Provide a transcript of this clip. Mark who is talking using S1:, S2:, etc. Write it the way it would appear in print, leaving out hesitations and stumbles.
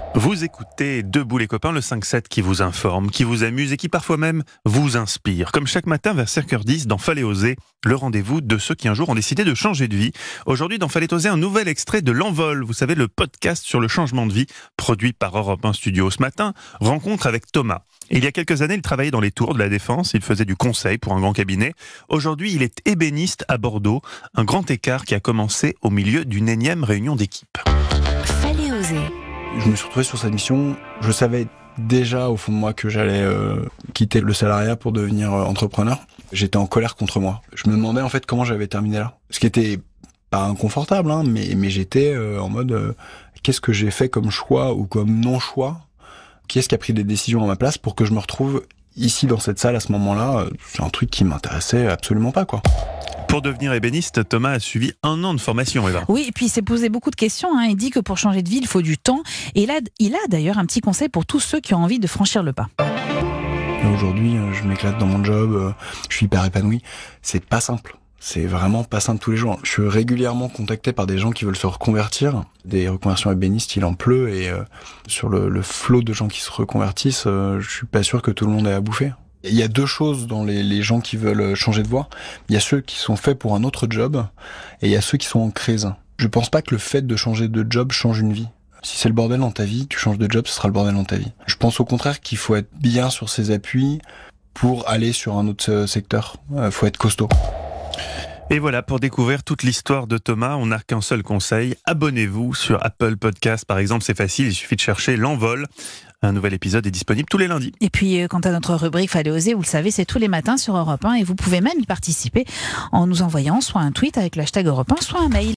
S1: Vous écoutez Debout les copains, le 5-7 qui vous informe, qui vous amuse et qui parfois même vous inspire. Comme chaque matin vers 5h10 dans Fallait oser, le rendez-vous de ceux qui un jour ont décidé de changer de vie. Aujourd'hui dans Fallait oser, un nouvel extrait de L'Envol, vous savez, le podcast sur le changement de vie produit par Europe 1 Studio. Ce matin, rencontre avec Thomas. Il y a quelques années, il travaillait dans les tours de la Défense, il faisait du conseil pour un grand cabinet. Aujourd'hui, il est ébéniste à Bordeaux, un grand écart qui a commencé au milieu d'une énième réunion d'équipe.
S2: Fallait oser.
S3: Je me suis retrouvé sur cette mission. Je savais déjà au fond de moi que j'allais quitter le salariat pour devenir entrepreneur. J'étais en colère contre moi. Je me demandais en fait comment j'avais terminé là. Ce qui était pas inconfortable, hein, mais j'étais en mode qu'est-ce que j'ai fait comme choix ou comme non-choix ? Qui est-ce qui a pris des décisions à ma place pour que je me retrouve ici dans cette salle à ce moment-là ? C'est un truc qui m'intéressait absolument pas, quoi.
S1: Pour devenir ébéniste, Thomas a suivi 1 an de formation, Eva.
S2: Oui, et puis il s'est posé beaucoup de questions. Il dit que pour changer de vie, il faut du temps. Et là, il a d'ailleurs un petit conseil pour tous ceux qui ont envie de franchir le pas.
S3: Aujourd'hui, je m'éclate dans mon job, je suis hyper épanoui. C'est pas simple. C'est vraiment pas simple tous les jours. Je suis régulièrement contacté par des gens qui veulent se reconvertir. Des reconversions ébénistes, il en pleut. Et sur le flot de gens qui se reconvertissent, je suis pas sûr que tout le monde ait à bouffer. Il y a 2 choses dans les gens qui veulent changer de voie. Il y a ceux qui sont faits pour un autre job et il y a ceux qui sont en crise. Je pense pas que le fait de changer de job change une vie. Si c'est le bordel dans ta vie, tu changes de job, ce sera le bordel dans ta vie. Je pense au contraire qu'il faut être bien sur ses appuis pour aller sur un autre secteur. Faut être costaud.
S1: Et voilà, pour découvrir toute l'histoire de Thomas, on n'a qu'un seul conseil. Abonnez-vous sur Apple Podcast, par exemple, c'est facile, il suffit de chercher L'Envol. Un nouvel épisode est disponible tous les lundis.
S2: Et puis, quant à notre rubrique Fallait oser, vous le savez, c'est tous les matins sur Europe 1 et vous pouvez même y participer en nous envoyant soit un tweet avec le hashtag Europe 1, soit un mail.